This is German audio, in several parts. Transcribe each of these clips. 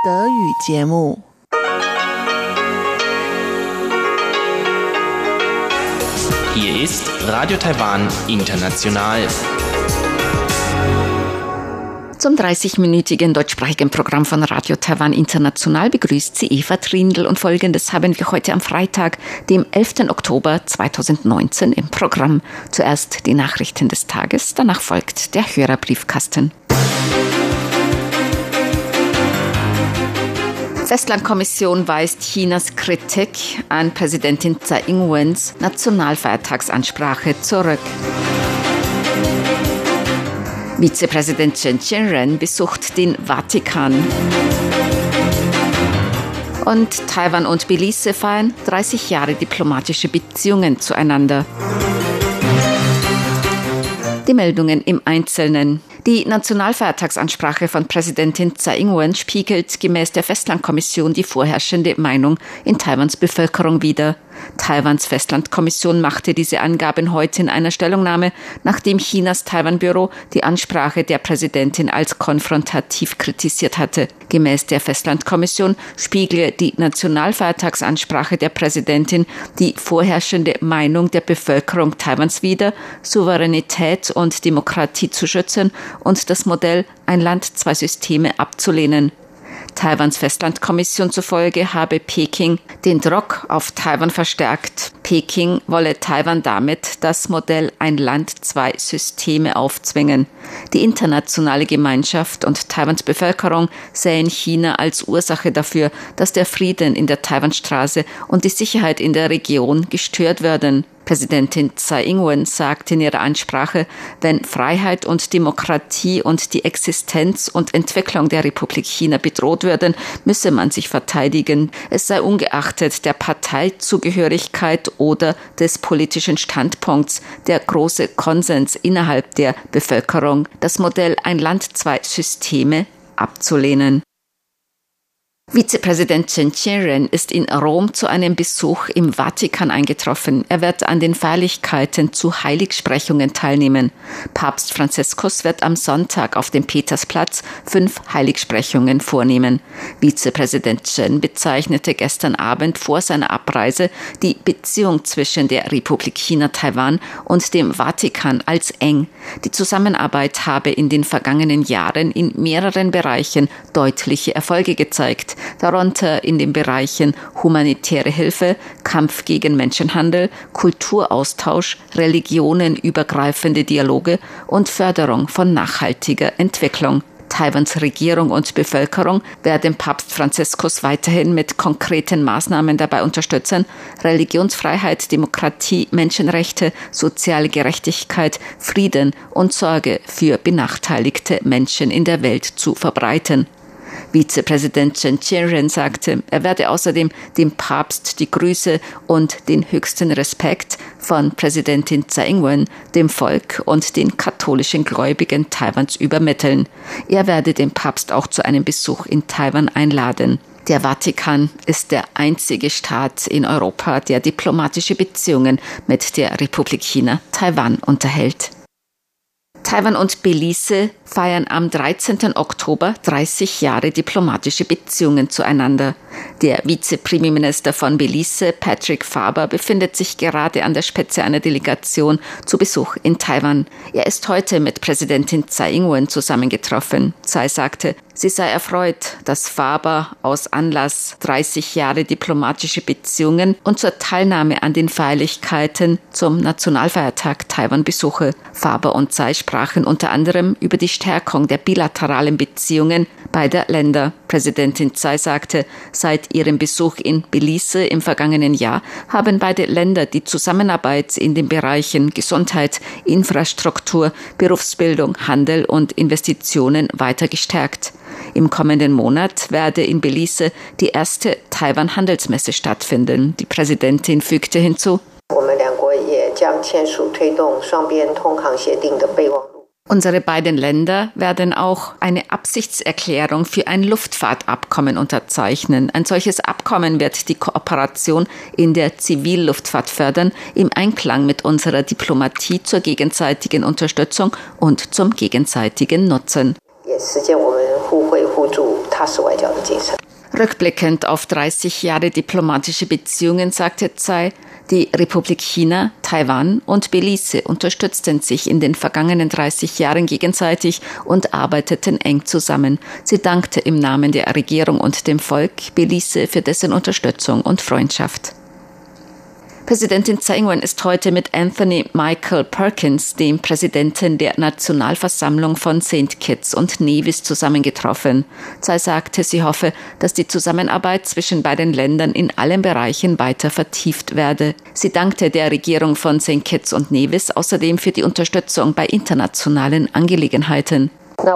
Hier ist Radio Taiwan International. Zum 30-minütigen deutschsprachigen Programm von Radio Taiwan International begrüßt sie Eva Trindl und Folgendes haben wir heute am Freitag, dem 11. Oktober 2019 im Programm. Zuerst die Nachrichten des Tages, danach folgt der Hörerbriefkasten. Festlandkommission weist Chinas Kritik an Präsidentin Tsai Ing-wens Nationalfeiertagsansprache zurück. Vizepräsident Chen Chien-jen besucht den Vatikan. Und Taiwan und Belize feiern 30 Jahre diplomatische Beziehungen zueinander. Die Meldungen im Einzelnen. Die Nationalfeiertagsansprache von Präsidentin Tsai Ing-wen spiegelt gemäß der Festlandkommission die vorherrschende Meinung in Taiwans Bevölkerung wider. Taiwans Festlandkommission machte diese Angaben heute in einer Stellungnahme, nachdem Chinas Taiwan-Büro die Ansprache der Präsidentin als konfrontativ kritisiert hatte. Gemäß der Festlandkommission spiegle die Nationalfeiertagsansprache der Präsidentin die vorherrschende Meinung der Bevölkerung Taiwans wider, Souveränität und Demokratie zu schützen und das Modell ein Land, zwei Systeme abzulehnen. Taiwans Festlandkommission zufolge habe Peking den Druck auf Taiwan verstärkt. Peking wolle Taiwan damit das Modell ein Land, zwei Systeme aufzwingen. Die internationale Gemeinschaft und Taiwans Bevölkerung sähen China als Ursache dafür, dass der Frieden in der Taiwanstraße und die Sicherheit in der Region gestört werden. Präsidentin Tsai Ing-wen sagte in ihrer Ansprache, wenn Freiheit und Demokratie und die Existenz und Entwicklung der Republik China bedroht würden, müsse man sich verteidigen. Es sei ungeachtet der Parteizugehörigkeit oder des politischen Standpunkts der große Konsens innerhalb der Bevölkerung, das Modell ein Land, zwei Systeme abzulehnen. Vizepräsident Chen Chien-jen ist in Rom zu einem Besuch im Vatikan eingetroffen. Er wird an den Feierlichkeiten zu Heiligsprechungen teilnehmen. Papst Franziskus wird am Sonntag auf dem Petersplatz 5 Heiligsprechungen vornehmen. Vizepräsident Chen bezeichnete gestern Abend vor seiner Abreise die Beziehung zwischen der Republik China-Taiwan und dem Vatikan als eng. Die Zusammenarbeit habe in den vergangenen Jahren in mehreren Bereichen deutliche Erfolge gezeigt. Darunter in den Bereichen humanitäre Hilfe, Kampf gegen Menschenhandel, Kulturaustausch, religionenübergreifende Dialoge und Förderung von nachhaltiger Entwicklung. Taiwans Regierung und Bevölkerung werden Papst Franziskus weiterhin mit konkreten Maßnahmen dabei unterstützen, Religionsfreiheit, Demokratie, Menschenrechte, soziale Gerechtigkeit, Frieden und Sorge für benachteiligte Menschen in der Welt zu verbreiten. Vizepräsident Chen Chien-jen sagte, er werde außerdem dem Papst die Grüße und den höchsten Respekt von Präsidentin Tsai Ing-wen, dem Volk und den katholischen Gläubigen Taiwans übermitteln. Er werde den Papst auch zu einem Besuch in Taiwan einladen. Der Vatikan ist der einzige Staat in Europa, der diplomatische Beziehungen mit der Republik China Taiwan unterhält. Taiwan und Belize feiern am 13. Oktober 30 Jahre diplomatische Beziehungen zueinander. Der Vizepremierminister von Belize, Patrick Faber, befindet sich gerade an der Spitze einer Delegation zu Besuch in Taiwan. Er ist heute mit Präsidentin Tsai Ing-wen zusammengetroffen. Tsai sagte, sie sei erfreut, dass Faber aus Anlass 30 Jahre diplomatische Beziehungen und zur Teilnahme an den Feierlichkeiten zum Nationalfeiertag Taiwan besuche. Faber und Tsai sprachen unter anderem über die Stärkung der bilateralen Beziehungen beider Länder. Präsidentin Tsai sagte, seit ihrem Besuch in Belize im vergangenen Jahr haben beide Länder die Zusammenarbeit in den Bereichen Gesundheit, Infrastruktur, Berufsbildung, Handel und Investitionen weiter gestärkt. Im kommenden Monat werde in Belize die erste Taiwan-Handelsmesse stattfinden. Die Präsidentin fügte hinzu, unsere beiden Länder werden auch eine Absichtserklärung für ein Luftfahrtabkommen unterzeichnen. Ein solches Abkommen wird die Kooperation in der Zivilluftfahrt fördern, im Einklang mit unserer Diplomatie zur gegenseitigen Unterstützung und zum gegenseitigen Nutzen. Rückblickend auf 30 Jahre diplomatische Beziehungen sagte Tsai, die Republik China, Taiwan und Belize unterstützten sich in den vergangenen 30 Jahren gegenseitig und arbeiteten eng zusammen. Sie dankte im Namen der Regierung und dem Volk Belize für dessen Unterstützung und Freundschaft. Präsidentin Tsai Ing-wen ist heute mit Anthony Michael Perkins, dem Präsidenten der Nationalversammlung von St. Kitts und Nevis, zusammengetroffen. Tsai sagte, sie hoffe, dass die Zusammenarbeit zwischen beiden Ländern in allen Bereichen weiter vertieft werde. Sie dankte der Regierung von St. Kitts und Nevis außerdem für die Unterstützung bei internationalen Angelegenheiten.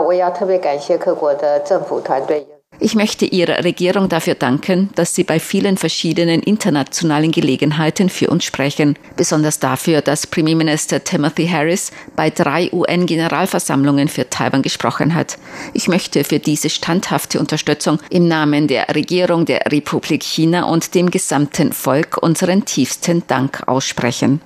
Ich möchte Ihrer Regierung dafür danken, dass Sie bei vielen verschiedenen internationalen Gelegenheiten für uns sprechen. Besonders dafür, dass Premierminister Timothy Harris bei 3 UN-Generalversammlungen für Taiwan gesprochen hat. Ich möchte für diese standhafte Unterstützung im Namen der Regierung der Republik China und dem gesamten Volk unseren tiefsten Dank aussprechen.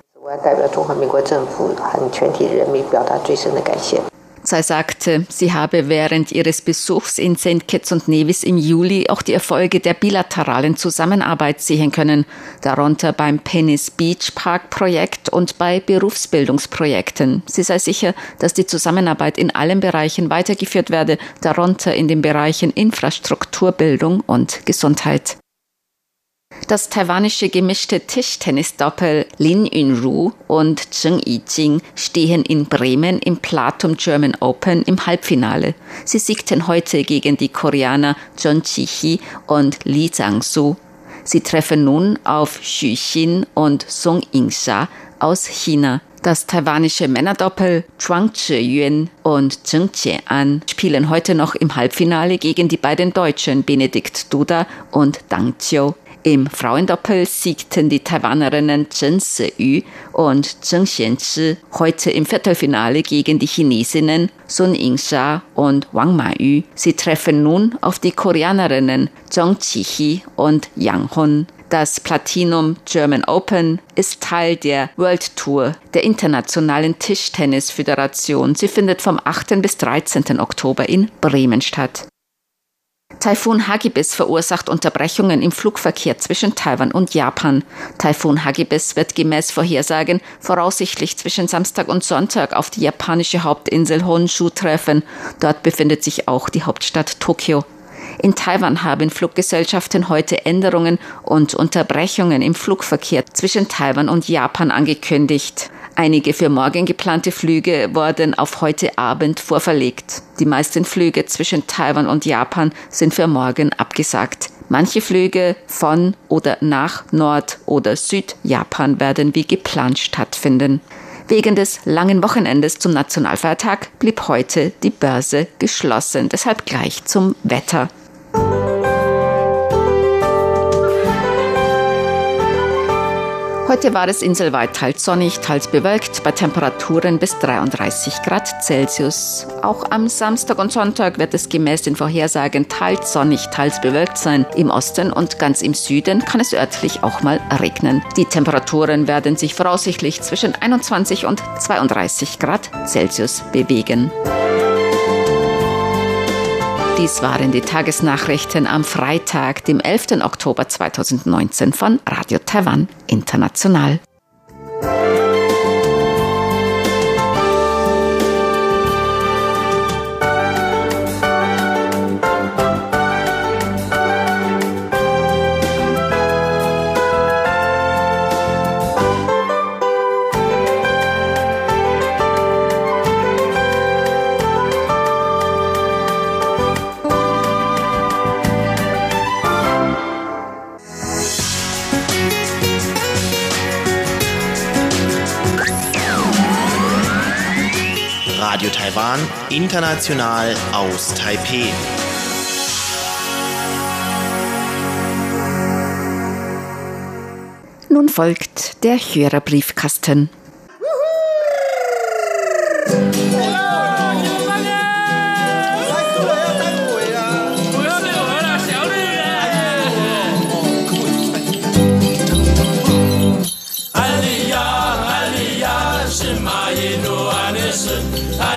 Tsai sagte, sie habe während ihres Besuchs in St. Kitts und Nevis im Juli auch die Erfolge der bilateralen Zusammenarbeit sehen können, darunter beim Penis Beach Park Projekt und bei Berufsbildungsprojekten. Sie sei sicher, dass die Zusammenarbeit in allen Bereichen weitergeführt werde, darunter in den Bereichen Infrastruktur, Bildung und Gesundheit. Das taiwanische gemischte Tischtennisdoppel Lin Yunru und Zheng Yijing stehen in Bremen im Platum German Open im Halbfinale. Sie siegten heute gegen die Koreaner Jeon Ji-hee und Lee Zhang-su. Sie treffen nun auf Xu Xin und Song Ying-sha aus China. Das taiwanische Männerdoppel Zhuang Zhiyuan und Zheng Jie-an spielen heute noch im Halbfinale gegen die beiden Deutschen Benedikt Duda und Dang Qiu. Im Frauendoppel siegten die Taiwanerinnen Chen Se-yu und Zheng Xianzhi heute im Viertelfinale gegen die Chinesinnen Sun Yingsha und Wang Ma-yu. Sie treffen nun auf die Koreanerinnen Zhong Ji-hee und Yang Hun. Das Platinum German Open ist Teil der World Tour der Internationalen Tischtennisföderation. Sie findet vom 8. bis 13. Oktober in Bremen statt. Taifun Hagibis verursacht Unterbrechungen im Flugverkehr zwischen Taiwan und Japan. Taifun Hagibis wird gemäß Vorhersagen voraussichtlich zwischen Samstag und Sonntag auf die japanische Hauptinsel Honshu treffen. Dort befindet sich auch die Hauptstadt Tokio. In Taiwan haben Fluggesellschaften heute Änderungen und Unterbrechungen im Flugverkehr zwischen Taiwan und Japan angekündigt. Einige für morgen geplante Flüge wurden auf heute Abend vorverlegt. Die meisten Flüge zwischen Taiwan und Japan sind für morgen abgesagt. Manche Flüge von oder nach Nord- oder Südjapan werden wie geplant stattfinden. Wegen des langen Wochenendes zum Nationalfeiertag blieb heute die Börse geschlossen. Deshalb gleich zum Wetter. Heute war es inselweit teils sonnig, teils bewölkt, bei Temperaturen bis 33 Grad Celsius. Auch am Samstag und Sonntag wird es gemäß den Vorhersagen teils sonnig, teils bewölkt sein. Im Osten und ganz im Süden kann es örtlich auch mal regnen. Die Temperaturen werden sich voraussichtlich zwischen 21 und 32 Grad Celsius bewegen. Dies waren die Tagesnachrichten am Freitag, dem 11. Oktober 2019 von Radio Taiwan International. Radio Taiwan, international aus Taipeh. Nun folgt der Hörerbriefkasten.